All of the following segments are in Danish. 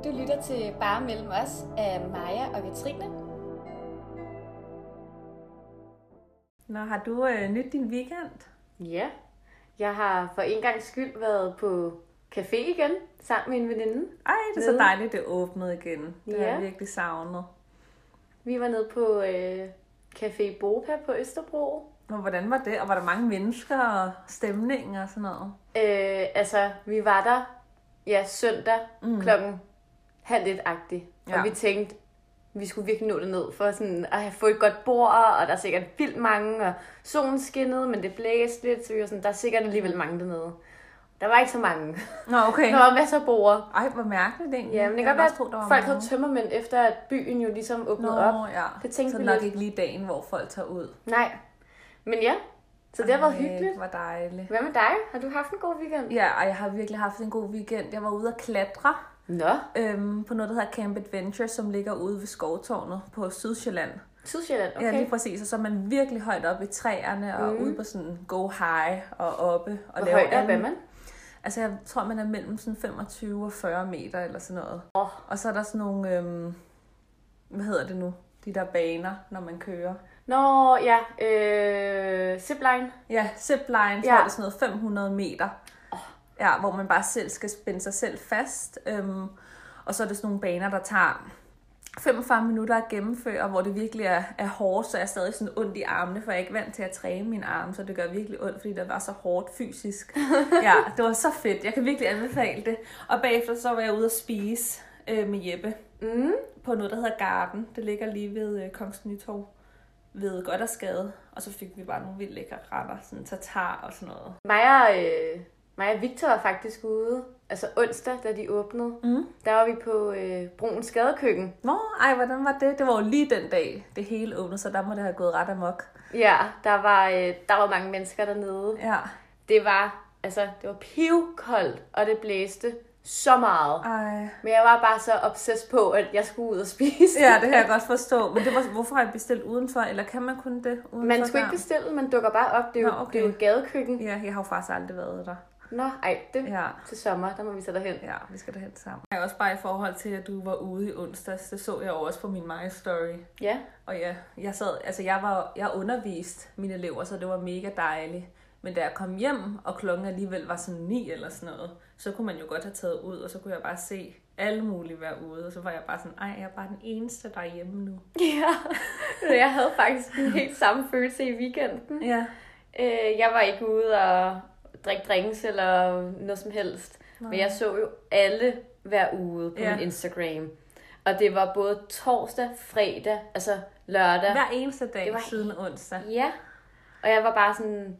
Du lytter til Bare Mellem Os af Maja og Katrine. Nå, har du nyt din weekend? Ja, jeg har for en gangs skyld været på café igen, sammen med en veninde. Ej, det er så dejligt, det åbnede igen. Det har jeg virkelig savnet. Vi var nede på Café Bopa på Østerbro. Og hvordan var det? Og var der mange mennesker og stemning og sådan noget? Vi var der søndag klokken 12:30. Og vi tænkte, vi skulle virkelig nå det ned for sådan at få et godt bord, og der er sikkert vildt mange, og solen skinnede, men det blæste lidt, så vi var sådan, der er sikkert alligevel mange dernede. Der var ikke så mange. Nå, okay. Der var masser af borde. Ej, hvor mærkeligt egentlig. Ja, men det kan godt være, at folk havde tømmermænd, efter at byen jo ligesom åbnede op. Ja. Det tænkte så vi nok lidt. ikke lige dagen, hvor folk tager ud. Nej. Men ja, så det har været hyggeligt. Det var dejligt. Hvad med dig? Har du haft en god weekend? Ja, og jeg har virkelig haft en god weekend. Jeg var ude at klatre. Nå. På noget, der hedder Camp Adventure, som ligger ude ved Skovtårnet på Sydsjælland. Sydsjælland, okay. Ja, lige præcis. Og så er man virkelig højt oppe i træerne og ude på sådan go high og oppe. Og hvor højt op er man? Altså, jeg tror, man er mellem sådan 25 og 40 meter eller sådan noget. Og så er der sådan nogle, hvad hedder det nu? De der baner, når man kører. Nå, ja. Zipline. Ja, zipline, tror jeg, det er sådan noget 500 meter. Ja, hvor man bare selv skal spænde sig selv fast. Og så er det sådan nogle baner, der tager 45 minutter at gennemføre, hvor det virkelig er hårdt, så jeg er stadig sådan ondt i armene, for jeg er ikke vant til at træne mine arme, så det gør virkelig ondt, fordi det var så hårdt fysisk. Ja, det var så fedt. Jeg kan virkelig anbefale det. Og bagefter så var jeg ude at spise med Jeppe på noget, der hedder Garden. Det ligger lige ved Kongens Nytorv ved Goddersgade, og så fik vi bare nogle vildt lækre retter, sådan tartar og sådan noget. Mig og Victor var faktisk ude, altså onsdag, da de åbnede. Der var vi på Bruns Gadekøkken. Nå, ej, hvordan var det? Det var jo lige den dag, det hele åbnede, så der må det have gået ret amok. Ja, der var mange mennesker dernede. Ja. Det var pivkoldt, og det blæste så meget. Ej. Men jeg var bare så obsessed på, at jeg skulle ud og spise. Ja, det kan jeg godt forstå. Men det var, hvorfor har I bestilt udenfor? Eller kan man kun det udenfor? Man skulle ikke bestille, man dukker bare op. Det er jo, det er jo et gadekøkken. Ja, jeg har jo faktisk aldrig været der. Nå, til sommer, der må vi så derhen. Ja, vi skal derhen sammen. Jeg også bare i forhold til, at du var ude i onsdags. Det så jeg også på min My Story. Ja. Og ja, jeg underviste mine elever, så det var mega dejligt. Men da jeg kom hjem, og klokken alligevel var sådan 9 eller sådan noget, så kunne man jo godt have taget ud, og så kunne jeg bare se alle mulige være ude. Og så var jeg bare sådan, jeg er bare den eneste, der er hjemme nu. Ja, jeg havde faktisk en helt samme følelse i weekenden. Ja. Jeg var ikke ude og drikke drinks eller noget som helst. Nej. Men jeg så jo alle være ude på min Instagram. Og det var både torsdag, fredag, altså lørdag. Hver eneste dag siden onsdag. Ja, og jeg var bare sådan,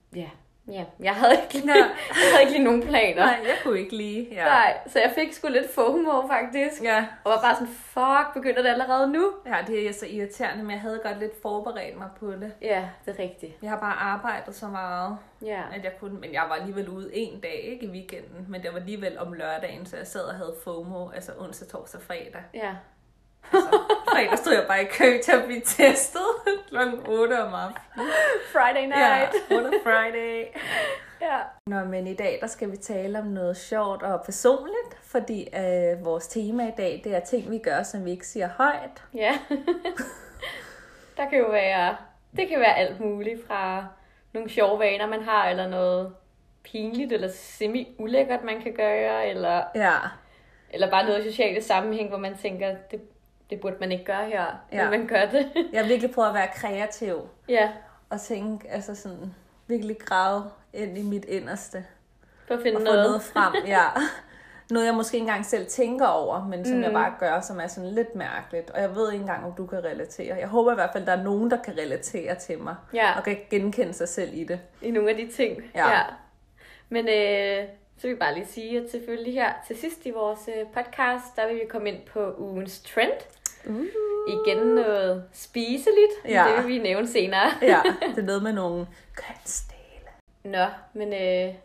jeg havde ikke lige nogen planer. Nej, jeg kunne ikke lige. Ja. Nej, så jeg fik sgu lidt FOMO faktisk. Ja. Og var bare sådan, fuck, begynder det allerede nu? Ja, det er så irriterende, men jeg havde godt lidt forberedt mig på det. Ja, det er rigtigt. Jeg har bare arbejdet så meget, at jeg kunne, men jeg var alligevel ude en dag, ikke i weekenden, men det var alligevel om lørdagen, så jeg sad og havde FOMO, altså onsdag, torsdag, fredag. Ja. Altså, fredag stod jeg bare i kø til at blive testet klokken 8 om aftenen. Friday night. Ja, what a Friday. Ja. Nå, men i dag, der skal vi tale om noget sjovt og personligt, fordi vores tema i dag, det er ting, vi gør, som vi ikke siger højt. Ja. Det kan være alt muligt fra nogle sjove vaner, man har, eller noget pinligt eller semi-ulækkert, man kan gøre, eller bare noget sociale sammenhæng, hvor man tænker, det burde man ikke gøre her, men man gør det. Jeg har virkelig prøvet at være kreativ. Ja. Og tænke, altså sådan, virkelig grave ind i mit inderste. For at finde og få noget frem, ja. Noget, jeg måske ikke engang selv tænker over, men som jeg bare gør, som er sådan lidt mærkeligt. Og jeg ved ikke engang, om du kan relatere. Jeg håber i hvert fald, der er nogen, der kan relatere til mig. Ja. Og kan genkende sig selv i det. I nogle af de ting. Ja. Men så vil jeg bare lige sige, at selvfølgelig her til sidst i vores podcast, der vil vi komme ind på ugens trend. Igen noget spiseligt. Ja. Det vil vi nævne senere. Ja, det er noget med nogle kønsdele. Nå, men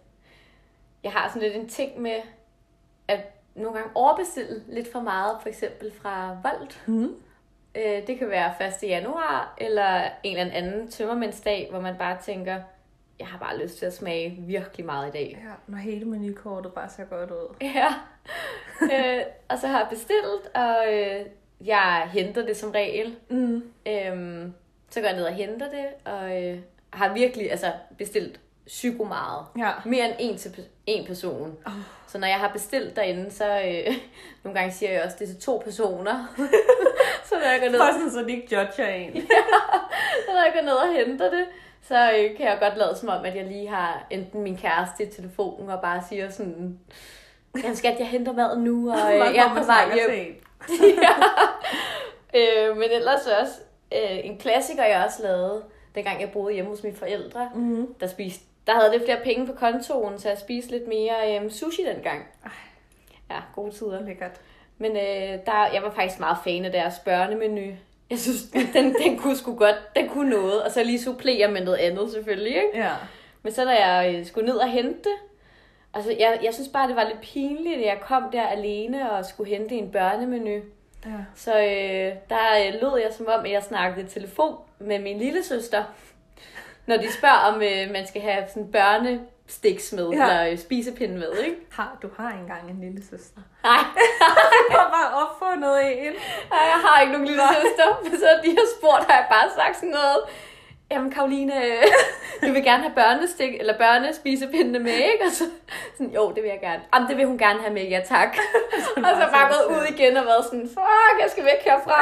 jeg har sådan lidt en ting med at nogle gange overbestille lidt for meget, for eksempel fra Volt. Det kan være 1. januar, eller en eller anden tømmermændsdag, hvor man bare tænker, jeg har bare lyst til at smage virkelig meget i dag. Ja, når hele menukortet bare ser godt ud. Ja, Og så har jeg bestilt, og jeg henter det som regel. Så går jeg ned og henter det, og har virkelig bestilt psyko meget. Ja. Mere end en person. Så når jeg har bestilt derinde, så nogle gange siger jeg også, det er til 2 personer. Så når jeg går ned... Sådan, så de ikke judger en. Så når jeg går ned og henter det, så kan jeg godt lade som om, at jeg lige har enten min kæreste i telefonen og bare siger sådan, skat, jeg henter mad nu, og jeg er på vej hjem. Men ellers også en klassiker, jeg også lavede, dengang jeg boede hjemme hos mine forældre, der havde lidt flere penge på kontoen, så jeg spiste lidt mere sushi dengang. Ja, gode tider. Lækkert. Men jeg var faktisk meget fan af deres børnemenu. Jeg synes, den kunne sgu godt, den kunne noget, og så lige supplere med noget andet selvfølgelig, ikke? Ja. Men så da jeg skulle ned og hente det, altså jeg synes bare, det var lidt pinligt, at jeg kom der alene og skulle hente en børnemenu. Ja. Så der lød jeg som om, at jeg snakkede i telefon med min lillesøster, når de spørger, om man skal have sådan børnestiks med, eller spisepinde med, ikke? Du har engang en lillesøster. Nej. Jeg har bare opfundet en. Nej, jeg har ikke nogen lillesøster. Så de har spurgt, har jeg bare sagt sådan noget. Jamen, Karoline, du vil gerne have børnestik, eller børnespisepinde med, ikke? Og så sådan, jo, det vil jeg gerne. Jamen, det vil hun gerne have med, ja tak. Og så bare gået ud igen og været sådan, fuck, jeg skal væk herfra.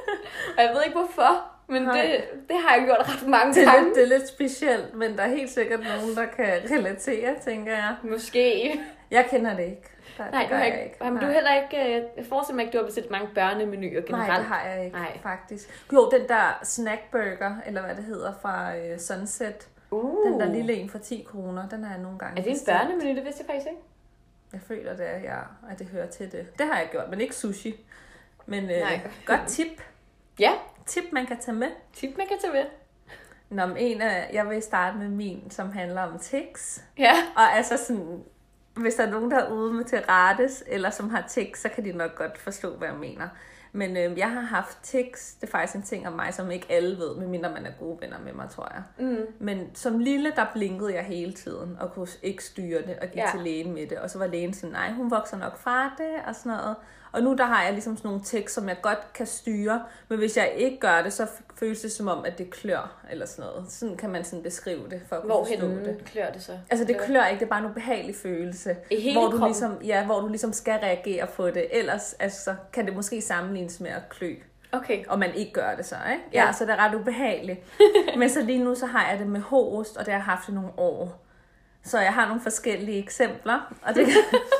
Og jeg ved ikke hvorfor. Men det har jeg gjort ret mange gange. Det er lidt specielt, men der er helt sikkert nogen, der kan relatere, tænker jeg. Måske. Jeg kender det ikke. Nej, du har ikke. Men du heller ikke. Jeg forestiller mig ikke, du har bestilt mange børnemenuer generelt. Nej, det har jeg ikke, faktisk. Jo, den der snackburger, eller hvad det hedder, fra Sunset. Den der lille en for 10 kroner, den har jeg nogle gange bestilt. Er det en børnemenu? Det vidste jeg faktisk ikke. Jeg føler det, at det hører til det. Det har jeg gjort, men ikke sushi. Men godt tip. Ja. Tip, man kan tage med. Tip, man kan tage med. Nå, men jeg vil starte med min, som handler om tics. Ja. Og altså sådan, hvis der er nogen, der er ude med til rettes, eller som har tics, så kan de nok godt forstå, hvad jeg mener. Men jeg har haft tics. Det er faktisk en ting om mig, som ikke alle ved, medmindre man er gode venner med mig, tror jeg. Men som lille, der blinkede jeg hele tiden, og kunne ikke styre det, og gik til lægen med det. Og så var lægen sådan, nej, hun vokser nok fra det, og sådan noget. Og nu der har jeg ligesom sådan nogle tics, som jeg godt kan styre. Men hvis jeg ikke gør det, så føles det som om, at det klør, eller sådan noget. Sådan kan man sådan beskrive det, for at kunne forstå det. Hvorhenne klør det så? Altså det klør ikke, det er bare en ubehagelig følelse. I hele kroppen? Hvor du ligesom skal reagere på det. Ellers altså, kan det måske sammenlignes med at klø. Okay. Og man ikke gør det så, ikke? Ja, så det er ret ubehageligt. Men så lige nu, så har jeg det med host, og det har jeg haft i nogle år. Så jeg har nogle forskellige eksempler, og det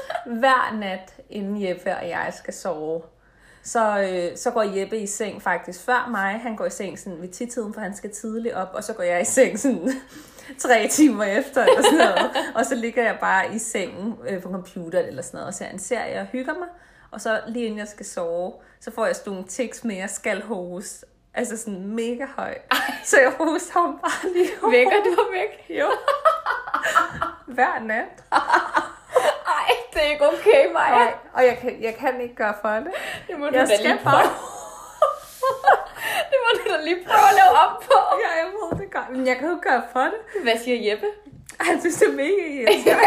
hver nat, inden Jeppe og jeg skal sove, så går Jeppe i seng faktisk før mig. Han går i seng sådan ved 10-tiden, for han skal tidligt op, og så går jeg i seng sådan 3 timer efter, eller sådan noget. Og så ligger jeg bare i sengen på computer eller sådan noget, og ser en serie og hygger mig. Og så lige inden jeg skal sove, så får jeg sådan nogle tics med, at jeg skal hoste. Altså sådan mega høj. Så jeg hoster ham bare lige over. Vækker du ham væk? Jo. Hver nat. Ej, det er ikke okay, Maja. Nej, og jeg kan ikke gøre for det. Det må du da lige prøve. Det må du da lige prøve at lave op på. Ja, jeg ved det godt. Men jeg kan jo gøre for det. Hvad siger Jeppe? Han synes, det er mega irriterende.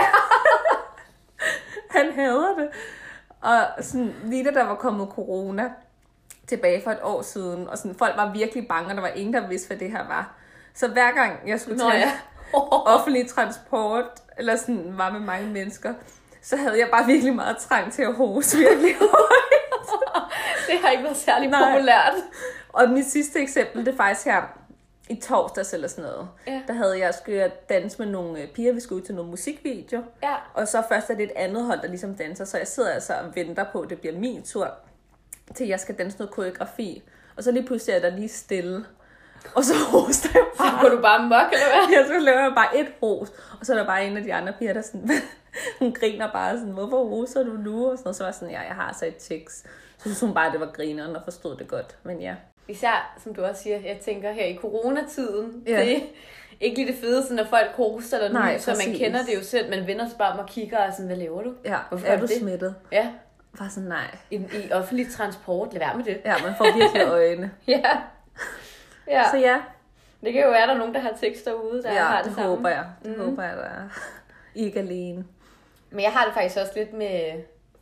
Han hader det. Og sådan, lige da der var kommet corona tilbage for et år siden, og sådan, folk var virkelig bange, og der var ingen, der vidste, hvad det her var. Så hver gang jeg skulle tage offentlig transport, eller sådan var med mange mennesker, så havde jeg bare virkelig meget trang til at hoste virkelig højt. Det har ikke været særlig populært. Og mit sidste eksempel, det er faktisk her i torsdags eller sådan noget. Ja. Der havde jeg skulle danse med nogle piger, vi skulle ud til nogle musikvideo. Ja. Og så først er det et andet hold, der ligesom danser, så jeg sidder altså og venter på, at det bliver min tur, til jeg skal danse noget koreografi. Og så lige pludselig er der lige stille. Og så hoster jeg bare. Så går du bare mok, eller hvad? Ja, så laver jeg bare et host. Og så er der bare en af de andre piger, der sådan, hun griner bare sådan, hvorfor hoster du nu? Og sådan noget. Så var jeg sådan, jeg har altså et tics. Så synes hun bare, det var grineren og forstod det godt. Men ja. Især, som du også siger, jeg tænker her i coronatiden, det er ikke lige det fedeste, når folk hoster der nu, så man kender det jo selv. Man vender sig bare om og kigger og sådan, hvad laver du? Ja, hvorfor er du smittet? Ja. Bare sådan, nej. I offentlig transport, lad være med det. Ja, man får virkelig øjne. Ja. Så ja. Det kan jo være, der er nogen, der har tekst derude, der har det håber jeg. Det håber jeg, der er ikke alene. Men jeg har det faktisk også lidt med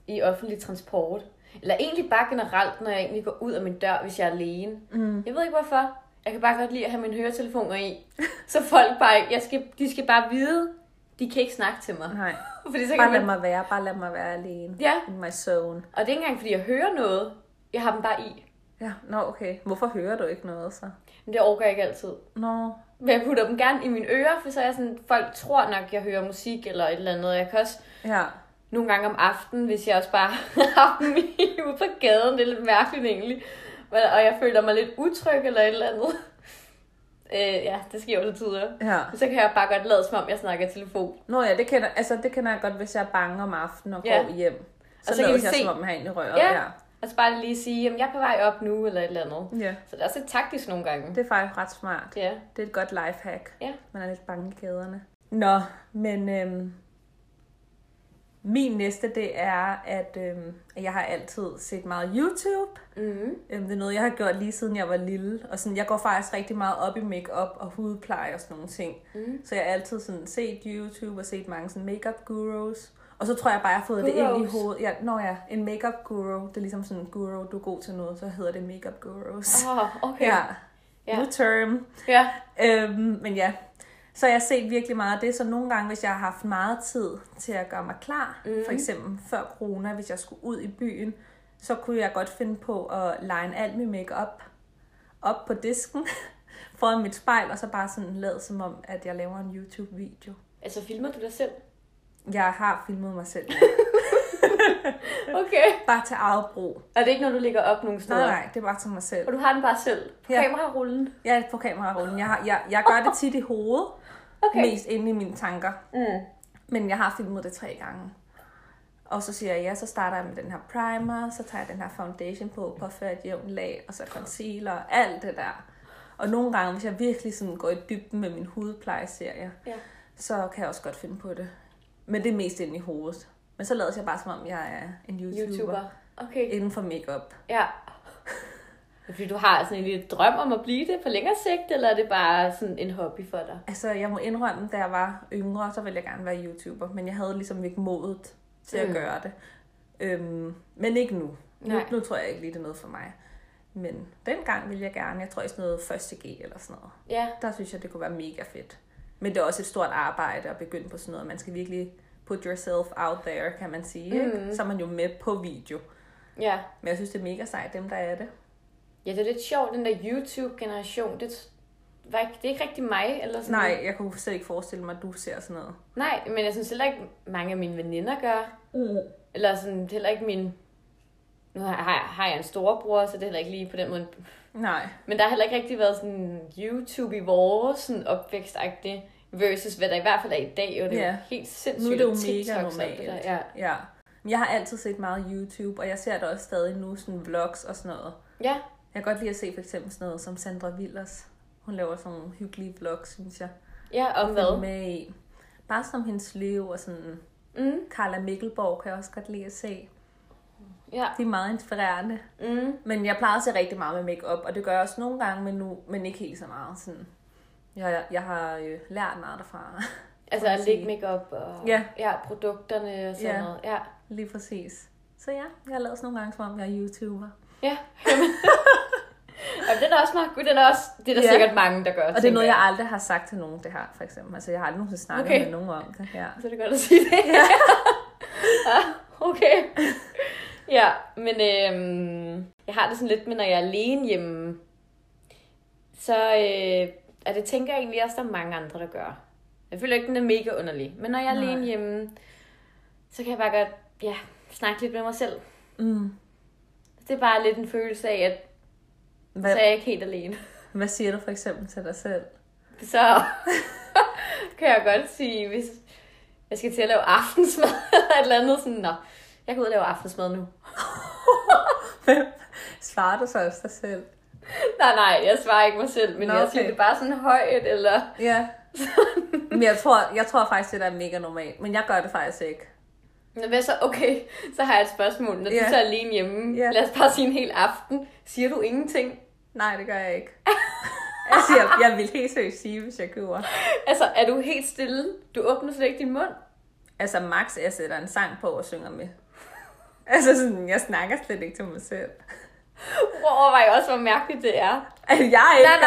i offentlig transport. Eller egentlig bare generelt, når jeg egentlig går ud af min dør, hvis jeg er alene. Jeg ved ikke hvorfor. Jeg kan bare godt lide at have mine høretelefoner i. Så folk bare, de skal bare vide, de kan ikke snakke til mig. Nej. Fordi så bare lad mig være alene. Ja. In my zone. Og det er ikke engang, fordi jeg hører noget. Jeg har dem bare i. Ja, okay. Hvorfor hører du ikke noget så? Men det orker jeg ikke altid. Men jeg putter dem gerne i mine ører, for så er jeg sådan, folk tror nok, jeg hører musik eller et eller andet. Jeg kan også nogle gange om aftenen, hvis jeg også bare har dem ude på gaden. Det er lidt mærkeligt egentlig. Og jeg føler mig lidt utryg eller et eller andet. Det sker jo til tider. Ja. Så kan jeg bare godt lade, som om jeg snakker i telefon. Det kender jeg godt, hvis jeg er bange om aftenen og går hjem. Så lader jeg, som om jeg har egentlig røret. Ja. Og så bare lige sige, at jeg er på vej op nu, eller et eller andet. Ja. Så det er også lidt taktisk nogle gange. Det er faktisk ret smart. Ja. Det er et godt lifehack. Ja. Man er lidt bange i gaderne. Nå, men min næste, det er, at jeg har altid set meget YouTube. Det er noget, jeg har gjort lige siden jeg var lille. Og sådan, jeg går faktisk rigtig meget op i make-up og hudpleje og sådan nogle ting. Så jeg har altid sådan set YouTube og set mange sådan make-up gurus. Og så tror jeg bare, jeg har fået det ind i hovedet. En make-up guru. Det er ligesom sådan en guru, du er god til noget, så hedder det make-up gurus. Okay. New term. Ja. Men ja, så jeg har set virkelig meget af det. Så nogle gange, hvis jeg har haft meget tid til at gøre mig klar, for eksempel før corona, hvis jeg skulle ud i byen, så kunne jeg godt finde på at line alt mit make-up op på disken foran mit spejl, og så bare sådan lade som om, at jeg laver en YouTube-video. Altså filmer du dig selv? Jeg har filmet mig selv. Okay. Bare til eget brug. Er det ikke, når du ligger op nogle steder? Nej, det er bare til mig selv. Og du har den bare selv? På kamerarullen? Ja, på kamerarullen. Jeg gør det tit i hovedet. Mest inde i mine tanker. Men jeg har filmet det 3 gange. Og så siger jeg, så starter jeg med den her primer, så tager jeg den her foundation på, påfører et jævnt lag, og så concealer, alt det der. Og nogle gange, hvis jeg virkelig sådan går i dybden med min hudplejeserie, så kan jeg også godt finde på det. Men det er mest inde i hovedet. Men så lader jeg bare, som om jeg er en YouTuber. Okay. Inden for makeup. Ja. Fordi du har sådan en lille drøm om at blive det på længere sigt, eller er det bare sådan en hobby for dig? Altså, jeg må indrømme, da jeg var yngre, så ville jeg gerne være YouTuber. Men jeg havde ligesom ikke modet til at gøre det. Men ikke nu. Nu tror jeg ikke lige, det er noget for mig. Men dengang ville jeg gerne. Jeg tror, i sådan noget 1.G eller sådan noget. Ja. Der synes jeg, det kunne være mega fedt. Men det er også et stort arbejde at begynde på sådan noget. Man skal virkelig put yourself out there, kan man sige. Ikke? Så er man jo med på video. Ja. Men jeg synes, det er mega sejt, dem der er det. Ja, det er lidt sjovt, den der YouTube-generation. Det er ikke rigtig mig, eller sådan. Nej, jeg kunne slet ikke forestille mig, at du ser sådan noget. Nej, men jeg synes heller ikke, mange af mine veninder gør. Eller sådan, heller ikke min... Nu har jeg en storebror, så det er heller ikke lige på den måde. Nej. Men der har heller ikke rigtig været sådan YouTube i vores sådan opvækstagtigt, versus hvad der i hvert fald er i dag, og det er jo helt sindssygt. Nu er det jo mega normalt. Ja. Jeg har altid set meget YouTube, og jeg ser det også stadig nu, sådan vlogs og sådan noget. Ja. Jeg kan godt lide at se for eksempel sådan noget som Sandra Villers. Hun laver sådan nogle hyggelige vlogs, synes jeg. Ja, om hvad? Med i. Bare som hendes liv og sådan. Carla Mikkelborg kan jeg også godt lide at se. Ja. De er meget inspirerende. Men jeg plejer at se rigtig meget med make-up, og det gør jeg også nogle gange, men ikke helt så meget. Sådan. Jeg har lært meget derfra. Altså at lægge make-up og produkterne og sådan noget. Ja, lige præcis. Så ja, jeg har lavet sådan nogle gange, som om jeg er YouTuber. Ja, og den er også meget god. Det er der sikkert mange, der gør. Og det er noget, jeg aldrig har sagt til nogen, det her, for eksempel. Altså, jeg har aldrig nogensinde snakket med nogen om det. Ja. Så er det godt at sige det. Ja. Okay. Ja, men jeg har det sådan lidt med, når jeg er alene hjemme, så det tænker jeg egentlig også, der er mange andre, der gør. Jeg føler ikke, den er mega underlig. Men når jeg er alene hjemme, så kan jeg bare godt snakke lidt med mig selv. Det er bare lidt en følelse af, at så er jeg ikke helt alene. Hvad siger du for eksempel til dig selv? Så kan jeg godt sige, hvis jeg skal til at lave aftensmad eller et eller andet, sådan, jeg kan ud og lave aftensmad nu. Hvem svarer du så også dig selv? Nej, jeg svarer ikke mig selv, men jeg siger det bare sådan højt, eller... Ja. Men jeg tror faktisk, det der er mega normalt, men jeg gør det faktisk ikke. Hvad så? Okay, så har jeg et spørgsmål. Når du så er alene hjemme, lad os bare sige en hel aften, siger du ingenting? Nej, det gør jeg ikke. Altså, jeg vil helt seriøst sige, hvis jeg køber. Altså, er du helt stille? Du åbner slet ikke din mund? Altså, max, jeg sætter en sang på og synger med. Altså sådan, jeg snakker slet ikke til mig selv. Overvej også, hvor mærkeligt det er. Altså, jeg er ikke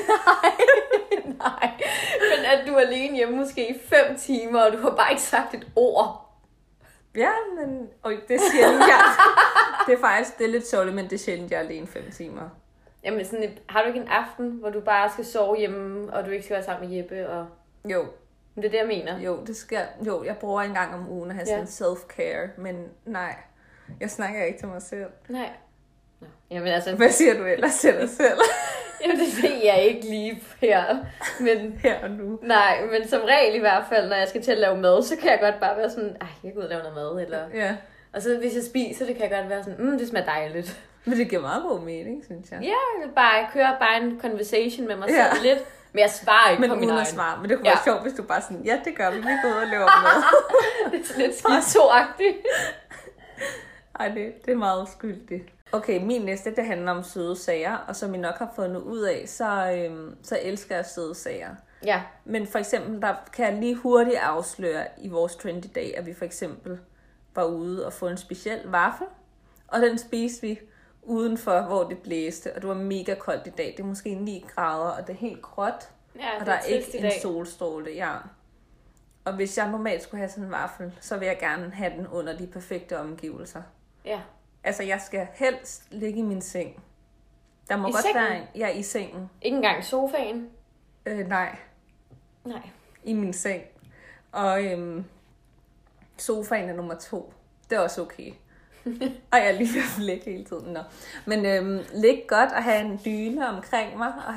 Nej. Men at du er alene hjemme måske i 5 timer, og du har bare ikke sagt et ord. Ja, men det er sjældent, det er lidt sørgeligt, men det er sjældent, jeg er alene 5 timer. Jamen, har du ikke en aften, hvor du bare skal sove hjemme, og du ikke skal være sammen med Jeppe? Og... Jo. Det er det, jeg mener. Jo, jeg bruger en gang om ugen at have sådan self-care, men nej, jeg snakker ikke til mig selv. Nej. Nå. Jamen, altså... Hvad siger du ellers til dig selv? Jamen, det ved jeg ikke lige her. Men... her og nu. Nej, men som regel i hvert fald, når jeg skal til at lave mad, så kan jeg godt bare være sådan, jeg kan ud og lave noget mad, eller... Ja. Og så hvis jeg spiser, det kan jeg godt være sådan, det smager dejligt. Men det giver meget god mening, synes jeg. Ja, jeg kører bare en conversation med mig selv lidt. Men jeg svarer ikke på min egen. Men det kunne være sjovt, hvis du bare sådan, ja, det gør vi, vi går ud og laver mad. Det er sådan lidt skizoagtigt. Ej, det er meget uskyldigt. Okay, min næste, det handler om søde sager, og som I nok har fundet ud af, så elsker jeg søde sager. Ja. Men for eksempel, der kan jeg lige hurtigt afsløre i vores trendy dag, at vi for eksempel var ude og få en speciel vaffel, og den spiste vi udenfor, hvor det blæste, og det var mega koldt i dag. Det er måske 9 grader, og det er helt gråt, og der er ikke en solstråle. Ja. Og hvis jeg normalt skulle have sådan en vaffel, så vil jeg gerne have den under de perfekte omgivelser. Ja. Altså, jeg skal helst ligge i min seng. Der må I godt sengen? være ja, i sengen. Ikke engang i sofaen? Nej. Nej. I min seng. Og sofaen er nummer 2. Det er også okay. Og jeg er lige ved at ligge hele tiden. Nå. Men ligge godt og have en dyne omkring mig, og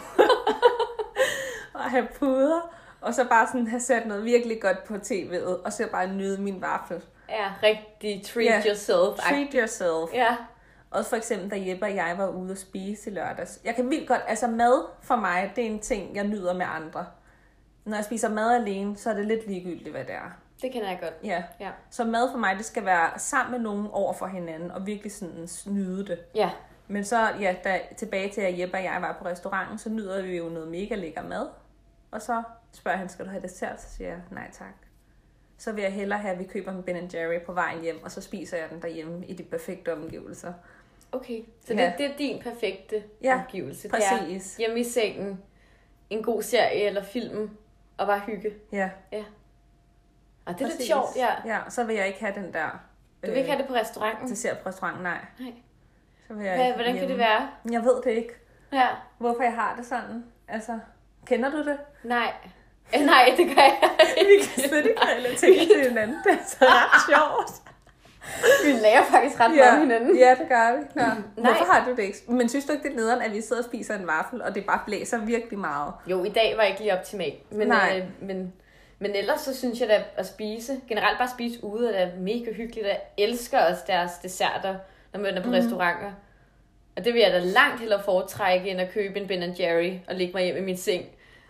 have puder, og så bare sådan have sat noget virkelig godt på tv'et, og så bare nyde min vaffel. Ja, rigtig treat yourself. Treat yourself. Ja. Også for eksempel, da Jeppe og jeg var ude at spise i lørdags. Jeg kan vildt godt, altså mad for mig, det er en ting, jeg nyder med andre. Når jeg spiser mad alene, så er det lidt ligegyldigt, hvad det er. Det kender jeg godt. Ja. Så mad for mig, det skal være sammen med nogen over for hinanden, og virkelig sådan nyde det. Ja. Men så, tilbage til, at Jeppe og jeg var på restauranten, så nyder vi jo noget mega lækker mad. Og så spørger han, skal du have dessert? Så siger jeg, nej tak. Så vil jeg hellere have, at vi køber en Ben & Jerry på vejen hjem, og så spiser jeg den derhjemme i de perfekte omgivelser. Okay, så det er din perfekte omgivelse. Præcis. Det er hjemme i sengen, en god serie eller film, og bare hygge. Ja. Og det er lidt sjovt, Ja, så vil jeg ikke have den der... Du vil ikke have det på restauranten? Dessert på restauranten, nej. Så vil jeg hvordan hjemme. kan det være? Jeg ved det ikke. Ja. Hvorfor jeg har det sådan. Altså, kender du det? Nej. Nej, det gør jeg ikke. Vi kan slet ikke relatere til hinanden. Det er så ret sjovt. Vi lærer faktisk ret meget hinanden. Ja, det gør vi. Hvorfor har du det ikke? Men synes du ikke, det er nederen, at vi sidder og spiser en vaffel, og det bare blæser virkelig meget? Jo, i dag var ikke lige optimalt. Men ellers så synes jeg da at spise, generelt bare spise ude, er da mega hyggeligt. Jeg elsker også deres desserter, når man er på restauranter. Og det vil jeg da langt hellere foretrække, end at købe en Ben & Jerry og lægge mig hjem i min seng.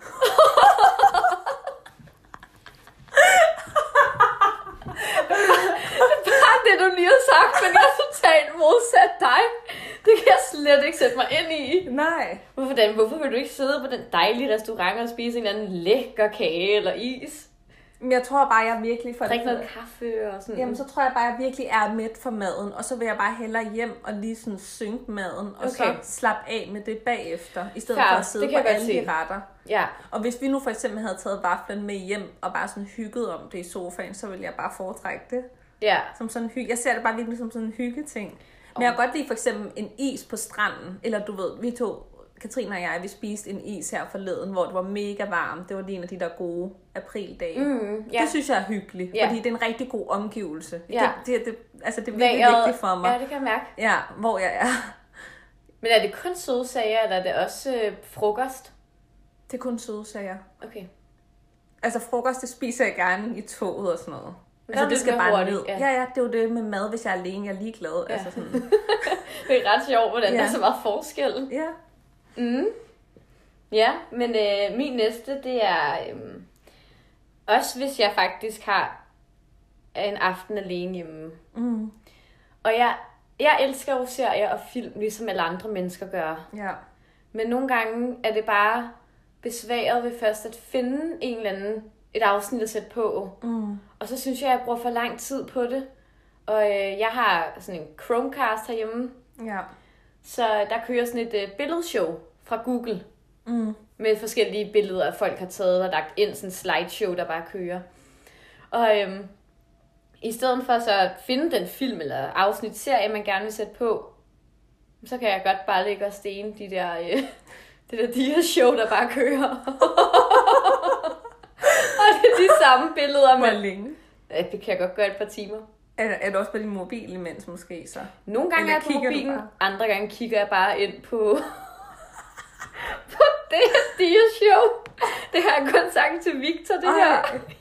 Det du lige har sagt, men jeg er totalt modsat dig. Det kan jeg slet ikke sætte mig ind i. Nej. Hvorfor vil du ikke sidde på den dejlige restaurant og spise en eller anden lækker kage eller is? Men jeg tror bare, jeg virkelig får drikke noget kaffe og sådan. Jamen, så tror jeg bare, jeg virkelig er mæt for maden, og så vil jeg bare hellere hjem og lige sådan synke maden, og så slappe af med det bagefter, i stedet for at sidde på alle de retter. Ja. Og hvis vi nu for eksempel havde taget vaflen med hjem, og bare sådan hygget om det i sofaen, så ville jeg bare foretrække det. Ja. Som sådan jeg ser det bare virkelig som sådan en hyggeting. Men jeg kan godt lide for eksempel en is på stranden, eller du ved, vi to, Katrine og jeg, vi spiste en is her forleden, hvor det var mega varmt. Det var lige en af de der gode apildage. Det synes jeg er hyggeligt, fordi det er en rigtig god omgivelse. Det er virkelig vigtigt for mig. Ja, det kan jeg mærke. Ja, hvor jeg er. Men er det kun søde sager, eller er det også frokost? Det er kun søde sager. Okay. Altså frokost, det spiser jeg gerne i toget og sådan noget. Altså det skal bare ned. Ja, det er jo det med mad, hvis jeg er alene. Jeg er ligeglad. Ja. Altså sådan. Det er ret sjovt, hvordan der er så meget forskel. Ja. Ja, men min næste, det er også hvis jeg faktisk har en aften alene hjemme. Og jeg elsker jo serier og film, ligesom alle andre mennesker gør. Ja. Men nogle gange er det bare besværet ved først at finde en eller anden, et afsnit at sætte på. Og så synes jeg bruger for lang tid på det. Og jeg har sådan en Chromecast herhjemme. Ja. Så der kører sådan et billedshow fra Google. Med forskellige billeder, folk har taget og lagt ind. Sådan en slideshow, der bare kører. Og i stedet for så at finde den film eller afsnit serie, man gerne vil sætte på, så kan jeg godt bare ligge og stene det der dia-show, der bare kører. Og det er de samme billeder. Hvor længe? Ja, det kan jeg godt gøre et par timer. Er du også på din mobil imens måske så? Nogle gange er jeg på mobilen, andre gange kigger jeg bare ind på det her dia-show. Det har jeg kun sagt til Victor, det her.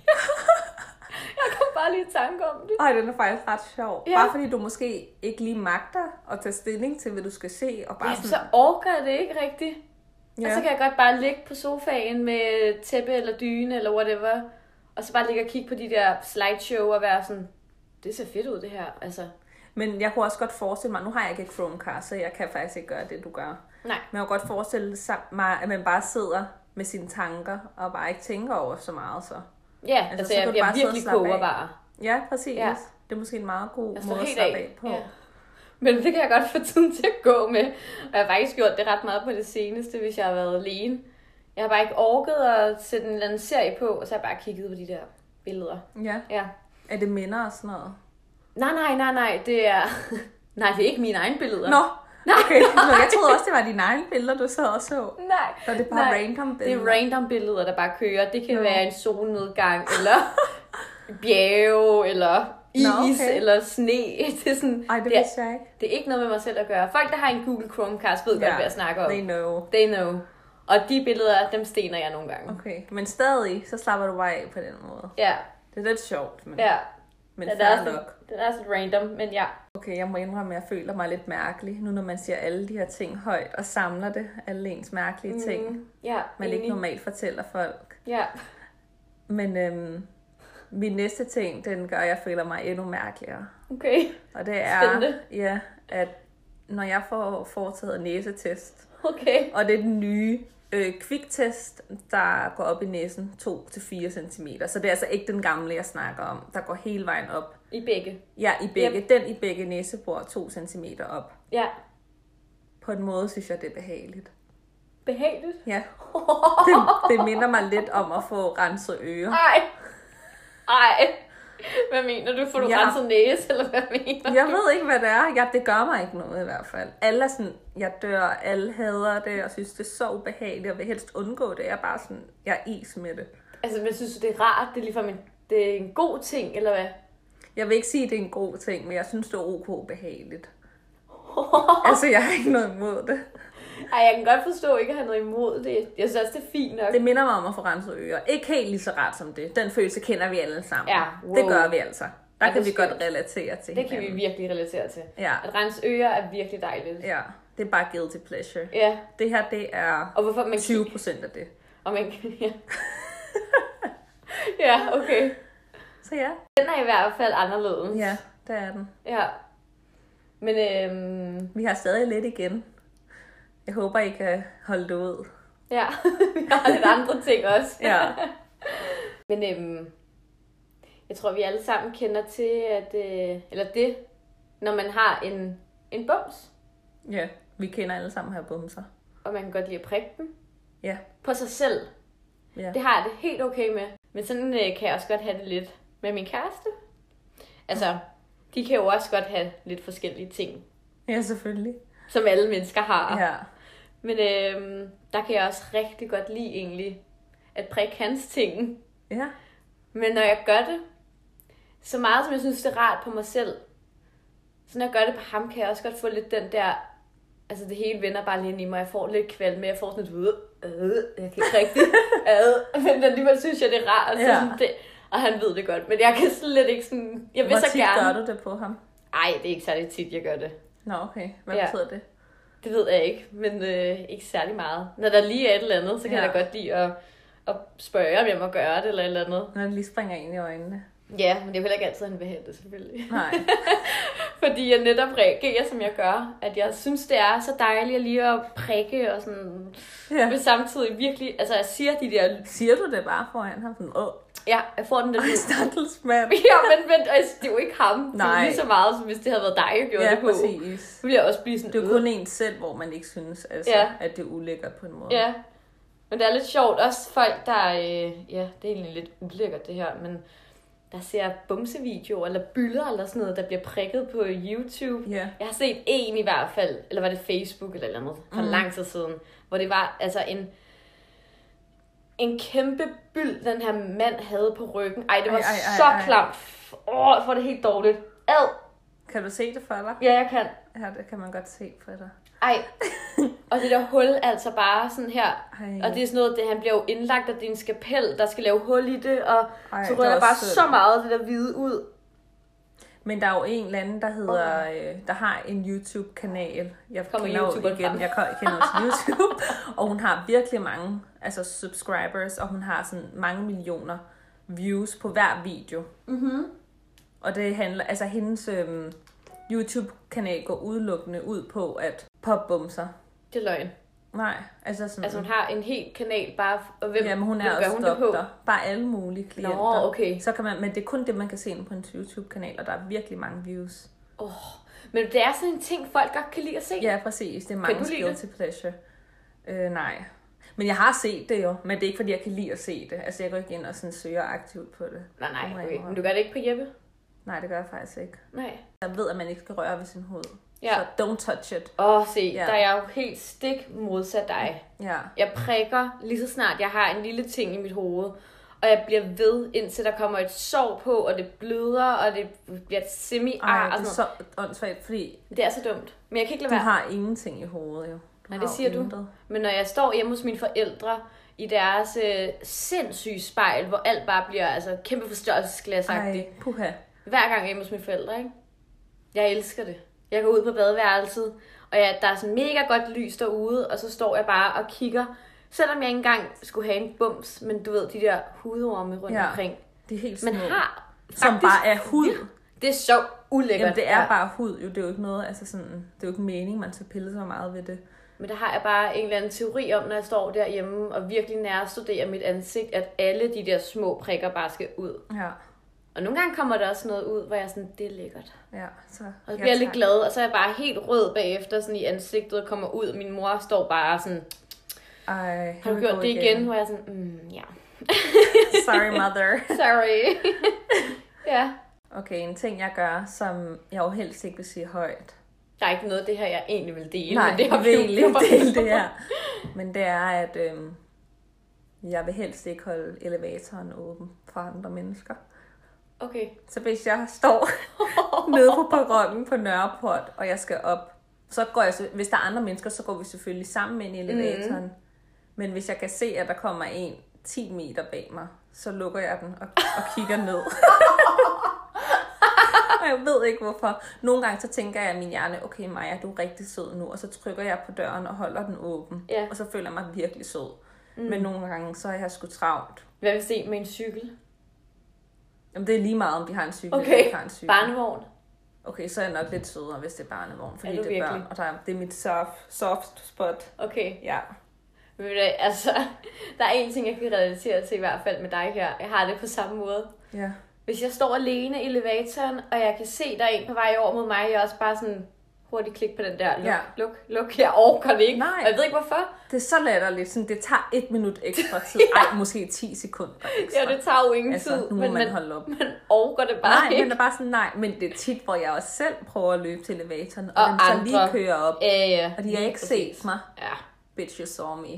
Jeg kom bare lige i tanke om det. Ej, den er faktisk ret sjov. Ja. Bare fordi du måske ikke lige magter at tage stilling til, hvad du skal se. Og bare sådan... så orker jeg det ikke rigtigt. Ja. Og så kan jeg godt bare ligge på sofaen med tæppe eller dyne eller whatever. Og så bare ligge og kigge på de der slideshow og være sådan, det ser fedt ud det her. Altså. Men jeg kunne også godt forestille mig, nu har jeg ikke et Chromecast, så jeg kan faktisk ikke gøre det, du gør. Nej. Men jeg kunne godt forestille mig, at man bare sidder med sine tanker og bare ikke tænker over så meget så. Ja, altså jeg bliver virkelig kogerbar. Ja, præcis. Ja. Det er måske en meget god måde at slappe af på. Ja. Men det kan jeg godt få tiden til at gå med. Og jeg har faktisk gjort det ret meget på det seneste, hvis jeg har været alene. Jeg har bare ikke orket at sætte en eller anden serie på, og så har jeg bare kigget på de der billeder. Ja. Er det minder og sådan noget? Nej. Det er... Nej, det er ikke mine egne billeder. Nå, okay. Jeg troede også, det var dine egne billeder, du sad og så. Nej. Så det er bare random billeder? Det er random billeder, der bare kører. Det kan være en solnedgang, eller bjerge, eller is, eller sne. Det er sådan... Ej, det vidste jeg ikke. Det er ikke noget med mig selv at gøre. Folk, der har en Google Chromecast, ved godt, hvad jeg snakker om. They know. Og de billeder, dem stener jeg nogle gange. Okay, men stadig, så slapper du bare af på den måde. Ja. Det er lidt sjovt, men... Ja. Men fair nok. Det er sådan random, men ja. Okay, jeg må indrømme, at jeg føler mig lidt mærkelig, nu når man siger alle de her ting højt, og samler det, alle ens mærkelige ting. Ja, man ikke normalt fortæller folk. Ja. Men min næste ting, den gør, at jeg føler mig endnu mærkeligere. Okay. Og det er, ja, at når jeg får foretaget næsetest, okay. og det er den nye kviktest, der går op i næsen 2-4 cm. Så det er altså ikke den gamle, jeg snakker om. Der går hele vejen op. I begge? Ja, i begge. Yep. Den i begge næsebor 2 cm op. Ja. På en måde synes jeg, det er behageligt. Behageligt? Ja. Det minder mig lidt om at få renset ører. Ej. Hvad mener du? Får du renset næse, eller hvad mener du? Jeg ved ikke, hvad det er. Ja, det gør mig ikke noget i hvert fald. Alle er sådan, jeg dør, alle hader det, og synes, det er så ubehageligt, og vil helst undgå det. Jeg er bare sådan, jeg er is med det. Altså, men synes du, det er rart? Det er ligefrem det er en god ting, eller hvad? Jeg vil ikke sige, at det er en god ting, men jeg synes, det er ok behageligt. Altså, jeg har ikke noget imod det. Ej, jeg kan godt forstå ikke at have noget imod det. Jeg synes også, det er fint nok. Det minder mig om at få renset ører. Ikke helt lige så rart som det. Den følelse kender vi alle sammen. Ja, wow. Det gør vi altså. Der kan vi godt relatere til det hinanden. Kan vi virkelig relatere til. Ja. At rense ører er virkelig dejligt. Ja, det er bare guilty pleasure. Ja. Det her, det er og hvorfor man 20% af det. Og man ja. Ja, okay. Så ja. Den er i hvert fald anderledes. Ja, det er den. Ja. Men vi har stadig lidt igen. Jeg håber, I kan holde det ud. Ja, vi har lidt andre ting også. Ja. Men jeg tror, vi alle sammen kender til, at, eller det, når man har en bums. Ja, vi kender alle sammen her bumser. Og man kan godt lide at prikke den. Ja. På sig selv. Ja. Det har jeg det helt okay med. Men sådan kan jeg også godt have det lidt med min kæreste. Altså, de kan jo også godt have lidt forskellige ting. Ja, selvfølgelig. Som alle mennesker har. Ja. Men der kan jeg også rigtig godt lide egentlig at prikke hans ting. Ja. Men når jeg gør det, så meget som jeg synes, det er rart på mig selv, så når jeg gør det på ham, kan jeg også godt få lidt den der, altså det hele vender bare lige ind i mig. Jeg får lidt kvalme, jeg får sådan et jeg kan ikke rigtig men alligevel synes jeg, det er rart. Ja. Sådan det, og han ved det godt, men jeg kan slet ikke sådan, jeg vil så gerne. Hvor tit gør du det på ham? Ej, det er ikke særlig tit, jeg gør det. Nå, okay. Hvad betyder det? Det ved jeg ikke, men ikke særlig meget. Når der lige er et eller andet, så kan jeg da godt lide at spørge, om jeg må gøre det eller et eller andet. Når det lige springer ind i øjnene. Ja, men det er heller ikke altid, han vil have det, selvfølgelig. Nej. Fordi jeg netop reagerer, som jeg gør. At jeg synes, det er så dejligt lige at prikke og sådan. Ja. Men samtidig virkelig, altså jeg siger de der... Siger du det bare foran ham? Sådan, Ja, jeg får den lidt ud. Stakkels mand. Ja, men det er jo ikke ham. Nej. Det er lige så meget, som hvis det havde været dig, jeg gjorde det på. Præcis. Så ville jeg også blive sådan... Det er kun en selv, hvor man ikke synes, altså, at det er ulækkert på en måde. Ja, men det er lidt sjovt. Også folk, der... ja, det er egentlig lidt ulækkert det her, men der ser bumsevideoer eller billeder eller sådan noget, der bliver prikket på YouTube. Yeah. Jeg har set en i hvert fald, eller var det Facebook eller noget, for lang tid siden, hvor det var altså en kæmpe byld, den her mand havde på ryggen. Ej, det var så klamt. Jeg får det helt dårligt. Ad. Kan du se det for dig? Ja, jeg kan. Ja, det kan man godt se for dig. Ej. Og det der hul, altså bare sådan her. Ej. Og det er sådan noget, han bliver jo indlagt, og det er en skapel, der skal lave hul i det, og så rører bare så meget det der hvide ud. Men der er jo en eller anden, der hedder, der har en YouTube-kanal. Jeg kender jo til YouTube. Og hun har virkelig mange subscribers, og hun har sådan mange millioner views på hver video. Mm-hmm. Og det handler, hendes YouTube-kanal går udelukkende ud på at popbumser. Det er løgn. Nej, sådan... hun har en helt kanal bare... Og hvem, jamen, hun er også doktor. Bare alle mulige klienter. Nå, okay. Så kan man, men det er kun det, man kan se på en YouTube-kanal, og der er virkelig mange views. Men det er sådan en ting, folk godt kan lide at se. Ja, præcis. Det er mange guilty pleasure. Nej. Men jeg har set det jo, men det er ikke, fordi jeg kan lide at se det. Jeg går ikke ind og sådan søger aktivt på det. Nej, okay. Men du gør det ikke på Jeppe? Nej, det gør jeg faktisk ikke. Nej. Jeg ved, at man ikke skal røre ved sin hoved. Ja. Så don't touch it. Der er jeg jo helt stik modsat dig. Ja. Jeg prikker lige så snart, jeg har en lille ting i mit hoved. Og jeg bliver ved, indtil der kommer et sår på, og det bløder, og det bliver et semi-ar. Ej, det er så åndssvagt, fordi... Det er så dumt. Men jeg kan ikke lade være. Du har ingenting i hovedet, jo. Nej, det siger du. Men når jeg står hjemme hos mine forældre, i deres sindssyge spejl, hvor alt bare bliver kæmpe forstørrelsesglasagtigt. Ej, puha. Hver gang jeg er hjemme hos mine forældre, ikke? Jeg elsker det. Jeg går ud på badeværelset, og der er sådan mega godt lys derude, og så står jeg bare og kigger. Selvom jeg ikke engang skulle have en bums, men du ved, de der hudorme rundt omkring. Det er helt små. Man har som bare er hud. Det er så ulækkert. Jamen, det er bare hud. Jo, det er jo ikke noget, det er jo ikke mening, man skal pille så meget ved det. Men der har jeg bare en eller anden teori om, når jeg står derhjemme og virkelig nærstuderer mit ansigt, at alle de der små prikker bare skal ud. Ja. Og nogle gange kommer der også noget ud, hvor jeg er sådan, det er lækkert. Ja, så... Og så bliver jeg lidt glad, og så er jeg bare helt rød bagefter, sådan i ansigtet og kommer ud. Min mor står bare sådan, ej, har du gjort det igen? Hvor jeg er sådan, ja. Sorry, mother. Sorry. Ja. Okay, en ting jeg gør, som jeg jo helst ikke vil sige højt. Der er ikke noget af det her, jeg egentlig vil dele. Nej, men det har vi vil ikke dele det her. Men det er, at jeg vil helst ikke holde elevatoren åben for andre mennesker. Okay. Så hvis jeg står nede på perronen på Nørreport, og jeg skal op, så går jeg, hvis der er andre mennesker, så går vi selvfølgelig sammen med i elevatoren. Men hvis jeg kan se, at der kommer en 10 meter bag mig, så lukker jeg den og kigger ned. Og jeg ved ikke hvorfor. Nogle gange så tænker jeg i min hjerne, okay Maja, du er rigtig sød nu, og så trykker jeg på døren og holder den åben. Ja. Og så føler jeg mig virkelig sød. Men nogle gange så er jeg sgu travlt. Hvad vil se med en cykel? Jamen det er lige meget, om de har en cykel eller ikke har en cykel. Barnevogn? Okay, så er jeg nok lidt sødere, hvis det er barnevogn, fordi det er børn, og det er mit soft spot. Okay. Ja. Men der er en ting, jeg kan relatere til i hvert fald med dig her. Jeg har det på samme måde. Ja. Hvis jeg står alene i elevatoren, og jeg kan se, der er en på vej over mod mig, jeg er også bare sådan hurtigt klik på den der. Luk. Jeg overgår det ikke. Nej. Og jeg ved ikke hvorfor. Det er så latterligt. Sådan, det tager 1 minut ekstra tid. Ej, måske 10 sekunder ekstra. Ja, det tager jo ingen tid. Nu må man holde op. Man overgår det bare ikke. Nej, men det er bare sådan, men det er tit, hvor jeg også selv prøver at løbe til elevatoren, og den så lige kører op. Ja. Og de har ikke set mig. Ja. Bitch, you saw me.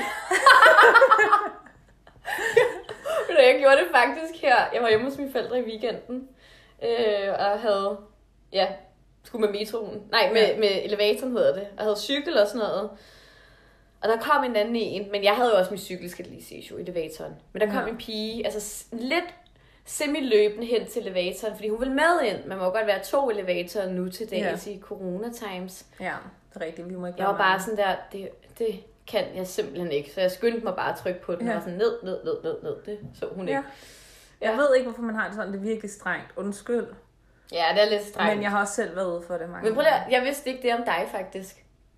Jeg gjorde det faktisk her. Jeg var hjemme hos mine forældre i weekenden. Og havde, skulle med metroen. Nej, med elevatoren hedder det. Og havde cykel og sådan noget. Og der kom en anden en. Men jeg havde jo også min cykel, skal det lige ses jo, i elevatoren. Men der kom en pige, lidt semi-løbende hen til elevatoren, fordi hun ville med ind. Man må godt være 2 elevatorer nu til dags i corona-times. Ja, det er rigtigt. Vi må ikke jeg var bare sådan der, det kan jeg simpelthen ikke. Så jeg skyndte mig bare at trykke på den, og sådan ned. Det så hun ikke. Jeg ved ikke, hvorfor man har det sådan. Det er virkelig strengt. Undskyld. Ja, det er lidt strengt. Men jeg har også selv været ude for det mange Men prøv at, jeg vidste ikke det om dig, faktisk.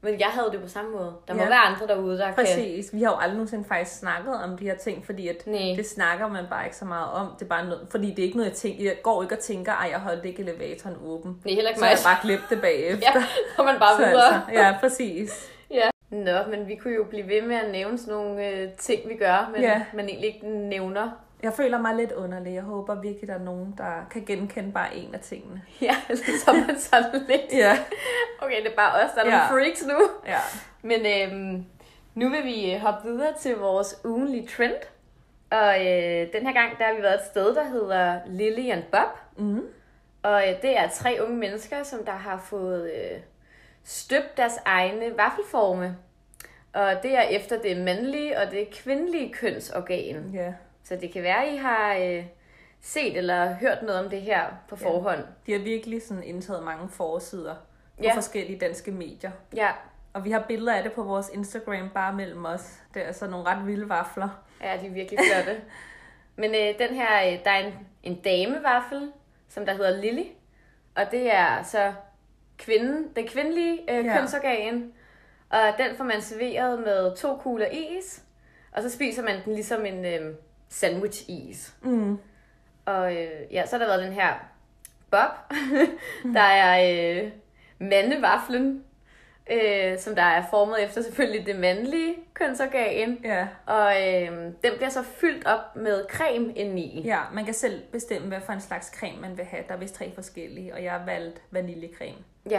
Men jeg havde det på samme måde. Der må være andre derude, der Præcis. Vi har jo aldrig nogensinde faktisk snakket om de her ting, fordi at det snakker man bare ikke så meget om. Det er bare noget, fordi det er ikke noget, jeg tænker. Jeg går ikke og tænker, jeg holdt ikke elevatoren åben. Det er heller ikke så mig. jeg bare glemt det bagefter. Ja, så man bare videre. Altså, ja, præcis. Ja. Nå, men vi kunne jo blive ved med at nævne sådan nogle ting, vi gør, men man egentlig ikke nævner. Jeg føler mig lidt underlig. Jeg håber virkelig, der er nogen, der kan genkende bare en af tingene. Ja, så er man sådan lidt. Ja. Okay, det er bare os, der er nogle freaks nu. Ja. Men nu vil vi hoppe videre til vores ugenlige trend. Og den her gang, der har vi været et sted, der hedder Lily and Bob. Mm. Og det er 3 unge mennesker, som der har fået støbt deres egne vaffelforme. Og det er efter det mandlige og det kvindelige kønsorgan. Ja. Så det kan være, I har set eller hørt noget om det her på forhånd. De har virkelig sådan indtaget mange forsider på forskellige danske medier. Ja. Og vi har billeder af det på vores Instagram bare mellem os. Det er altså nogle ret vilde vafler. Ja, de er virkelig flotte. Men den her, der er en damevaffel, som der hedder Lily. Og det er så den kvindelige kønsorgan. Og den får man serveret med 2 kugler is. Og så spiser man den ligesom en sandwich-is. Mm. Og så har der været den her Bob. Der er mandevaflen, som der er formet efter selvfølgelig det mandlige kønsorgan. Ja. Og den bliver så fyldt op med creme indeni. Ja, man kan selv bestemme, hvad for en slags creme man vil have. Der er vist 3 forskellige, og jeg har valgt vaniljekrem. Ja.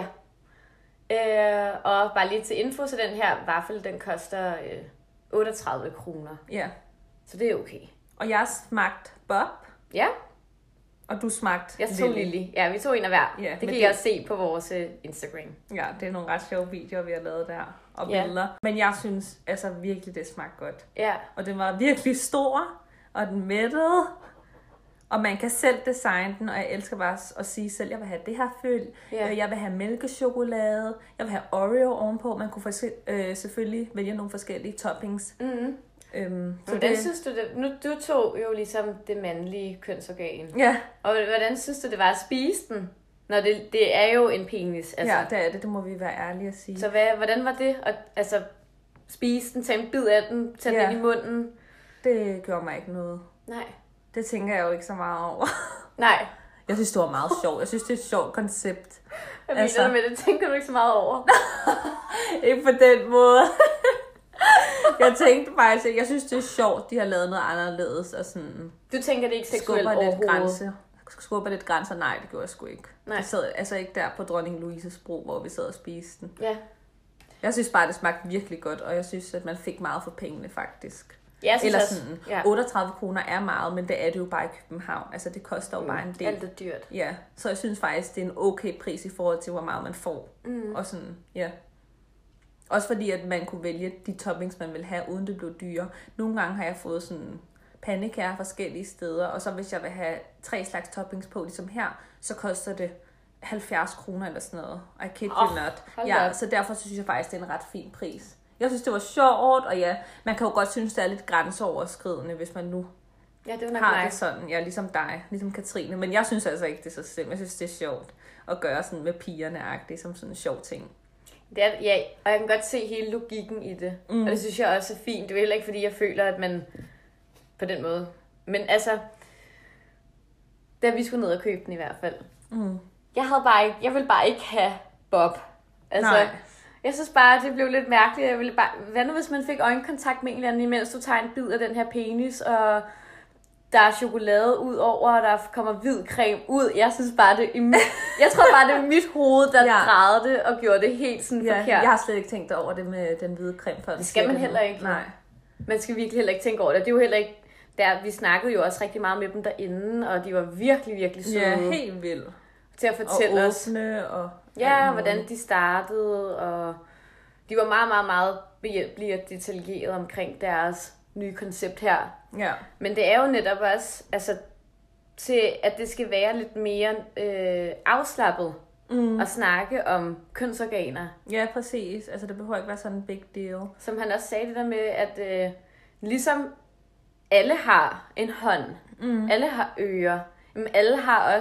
Og bare lige til info, så den her vaffel, den koster 38 kroner. Ja. Så det er okay. Og jeg smagte Bob. Ja. Og du smagte Jeg tog Lily. Ja, vi tog en af hver. Ja, det kan I også se på vores Instagram. Ja, det er nogle ret sjove videoer, vi har lavet der. Og billeder. Men jeg synes altså virkelig, det smagte godt. Ja. Og den var virkelig stor. Og den mættede. Og man kan selv designe den. Og jeg elsker bare at sige selv, jeg vil have det her fyld. Ja. Jeg vil have mælkechokolade. Jeg vil have Oreo ovenpå. Man kunne selvfølgelig vælge nogle forskellige toppings. Mm-hmm. Så hvordan synes du det? Nu, du tog jo ligesom det mandlige kønsorgan. Ja. Og hvordan synes du det var at spise den? Når det er jo en penis. Altså. Ja, det er det. Det må vi være ærlige at sige. Så hvordan var det at spise den, tage en bid af den, tage den ind i munden? Det gjorde mig ikke noget. Nej. Det tænker jeg jo ikke så meget over. Nej. Jeg synes, det var meget sjovt. Jeg synes, det er et sjovt koncept. Hvad mener du med det? Tænker du ikke så meget over? Ikke på den måde. Jeg tænkte faktisk, at jeg synes, det er sjovt, de har lavet noget anderledes. Og sådan, du tænker, det er ikke seksuelt overhovedet? Skubber lidt grænser? Nej, det gjorde jeg sgu ikke. Nej. Jeg sad altså ikke der på Dronning Louises Bro, hvor vi sad og spiste den. Ja. Jeg synes bare, det smagte virkelig godt, og jeg synes, at man fik meget for pengene, faktisk. Ja, eller sådan, 38 kroner er meget, men det er det jo bare i København. Altså, det koster jo bare en del. Alt er dyrt. Ja, så jeg synes faktisk, det er en okay pris i forhold til, hvor meget man får. Mm. Og sådan, ja. Også fordi, at man kunne vælge de toppings, man ville have, uden det blev dyre. Nogle gange har jeg fået sådan pandekager forskellige steder, og så hvis jeg vil have 3 slags toppings på, ligesom her, så koster det 70 kroner eller sådan noget. I kid you not. Ja, så derfor synes jeg faktisk, det er en ret fin pris. Jeg synes, det var sjovt, og ja, man kan jo godt synes, det er lidt grænseoverskridende, hvis man nu har det sådan, ja, ligesom dig, ligesom Katrine. Men jeg synes altså ikke, det er så slemt. Jeg synes, det er sjovt at gøre sådan med pigerne-agtigt, som sådan en sjov ting. Det er, ja, og jeg kan godt se hele logikken i det. Og det synes jeg også er fint. Det er heller ikke, fordi jeg føler, at man på den måde. Men altså, da vi skulle ned og købe den i hvert fald. Mm. Jeg ville bare ikke have Bob. Altså, nej. Jeg synes bare, det blev lidt mærkeligt. Hvad nu, hvis man fik øjenkontakt med en eller anden, imens du tager en bid af den her penis, og der er chokolade ud over, og der kommer hvid creme ud. Jeg synes bare, jeg tror bare, det er mit hoved, der drejede det og gjorde det helt sådan forkert. Jeg har slet ikke tænkt over det med den hvide creme før. Det skal man heller ikke. Nej. Man skal virkelig heller ikke tænke over det. Det er jo heller ikke... vi snakkede jo også rigtig meget med dem derinde, og de var virkelig, virkelig søde. Ja, helt vildt. Til at fortælle og os. Og ja, hvordan de startede, og de var meget, meget, meget behjælpelige og detaljeret omkring deres nye koncept her. Ja. Men det er jo netop også, altså, til at det skal være lidt mere afslappet at snakke om kønsorganer. Ja, præcis. Altså, det behøver ikke være sådan en big deal. Som han også sagde det der med, at ligesom alle har en hånd, alle har ører, men alle har også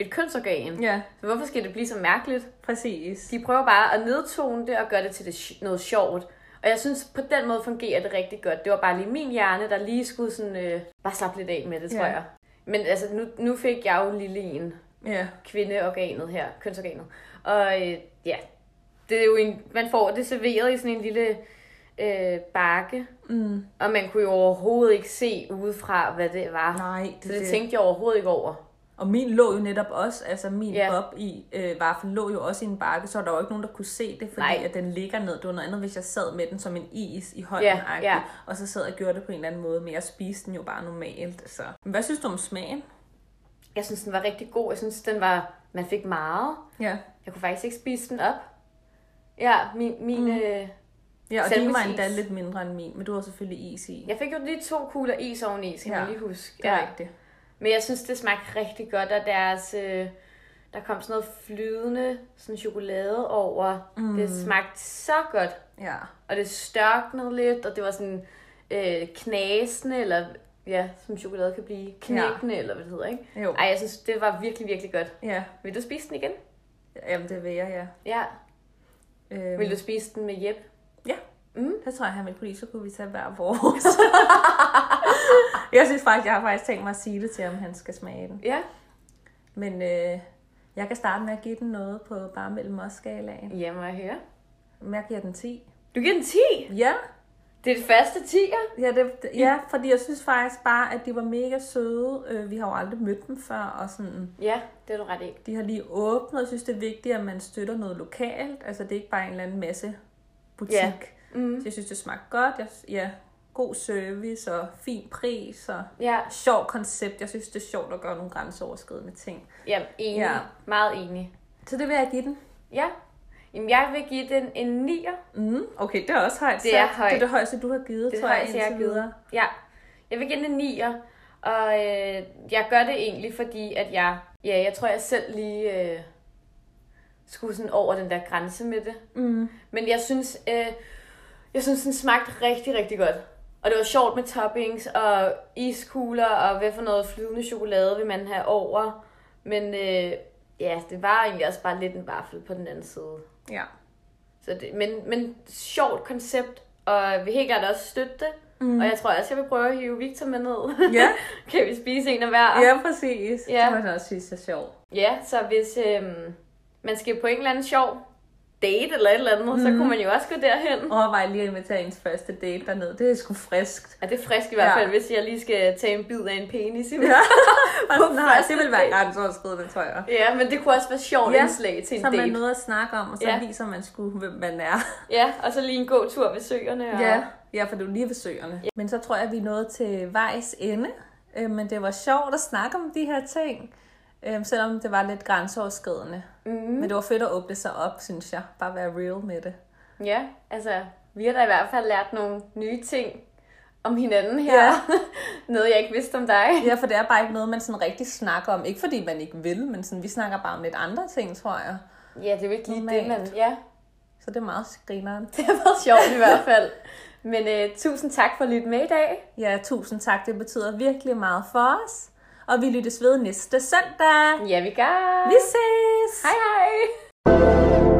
et kønsorgan. Ja. Så hvorfor skal det blive så mærkeligt? Præcis. De prøver bare at nedtone det og gøre det til noget sjovt. Og jeg synes, på den måde fungerer det rigtig godt. Det var bare lige min hjerne, der lige skulle sådan, bare slappe lidt af med det, tror jeg. Men altså, nu fik jeg jo lille en kvindeorganet her, kønsorganet. Og det er jo man får det serveret i sådan en lille bakke. Og man kunne jo overhovedet ikke se udefra, hvad det var. Nej, så det tænkte jeg overhovedet ikke over. Og min lå jo netop også, altså min bob i vaffel lå jo også i en bakke, så der var jo ikke nogen, der kunne se det, fordi at den ligger ned. Det var noget andet, hvis jeg sad med den som en is i hånden, og så sad og gjorde det på en eller anden måde, men jeg spiste den jo bare normalt. Så. Men hvad synes du om smagen? Jeg synes, den var rigtig god. Jeg synes, man fik meget. Ja. Jeg kunne faktisk ikke spise den op. Ja, min ja, og det var endda lidt mindre end min, men du har selvfølgelig is i. Jeg fik jo lige 2 kugler is oveni, skal man lige huske. Det er rigtigt. Men jeg synes, det smagte rigtig godt, og der kom sådan noget flydende sådan chokolade over. Det smagte så godt. Ja. Og det størknede lidt, og det var sådan knasende, eller som chokolade kan blive knækkende, eller hvad det hedder, ikke? Jo. Ej, jeg synes, det var virkelig, virkelig godt. Ja. Vil du spise den igen? Jamen, det vil jeg, Ja. Vil du spise den med Jep? Ja. Det tror jeg, han vil kunne lide, så kunne vi tage hver vores. Jeg synes faktisk, jeg har faktisk tænkt mig at sige det til, om han skal smage den. Ja. Men jeg kan starte med at give den noget på bare mellem os-skalaen. Ja, må jeg høre? Men jeg giver den 10. Du giver den 10? Ja. Det er det faste 10'er? Ja, fordi jeg synes faktisk bare, at de var mega søde. Vi har jo aldrig mødt dem før, og sådan... Ja, det er du ret i. De har lige åbnet, og jeg synes, det er vigtigt, at man støtter noget lokalt. Altså, det er ikke bare en eller anden masse butik. Ja. Så jeg synes, det smagte godt. God service og fin pris og sjov koncept. Jeg synes, det er sjovt at gøre nogle grænseoverskridende ting. Ja, enig. Ja. Meget enig. Så det vil jeg give den. Ja. Jamen, jeg vil give den en 9'er. Okay, det er også højt. Det er højt. Det er det højeste, du har givet, tror jeg, indtil videre. Ja, jeg vil give den en 9'er. Og jeg gør det egentlig, fordi at jeg tror, jeg selv lige skulle sådan over den der grænse med det. Men jeg synes, den smagte rigtig, rigtig godt. Og det var sjovt med toppings og iskugler og hvad for noget flydende chokolade vil man have over. Men det var egentlig også bare lidt en vaffel på den anden side. Ja. Så men sjovt koncept, og jeg vil helt klart også støtte det. Og jeg tror også, jeg vil prøve at hive Victor med ned. Ja. Kan vi spise en af hver? Ja, præcis. Ja. Det må jeg også synes er sjovt. Ja, så hvis man skal på en eller anden sjov date eller et eller andet, så kunne man jo også gå derhen. Overvej lige at invitere ens første date dernede. Det er sgu friskt. Ja, det er frisk i hvert fald, hvis jeg lige skal tage en bid af en penis. Ja, det vil være grænseoverskridende, tror jeg. Ja, men det kunne også være sjovt indslag til en date. Så man noget at snakke om, og så viser man sgu, hvem man er. Ja, og så lige en god tur ved søerne. Og... Ja, for du er lige ved søerne. Ja. Men så tror jeg, vi er nået til vejs ende. Men det var sjovt at snakke om de her ting. Selvom det var lidt grænseoverskridende. Men det var fedt at åbne sig op, synes jeg. Bare være real med det. Ja, altså, vi har da i hvert fald lært nogle nye ting om hinanden her. Ja. Noget, jeg ikke vidste om dig. Ja, for det er bare ikke noget, man sådan rigtig snakker om. Ikke fordi man ikke vil, men sådan, vi snakker bare om lidt andre ting, tror jeg. Ja, det er jo ikke lige det, men ja. Så det er meget grineren. Det har været sjovt i hvert fald. Men tusind tak for at lytte med i dag. Ja, tusind tak. Det betyder virkelig meget for os. Og vi lyttes ved næste søndag. Ja, vi gør. Vi ses. Hej hej.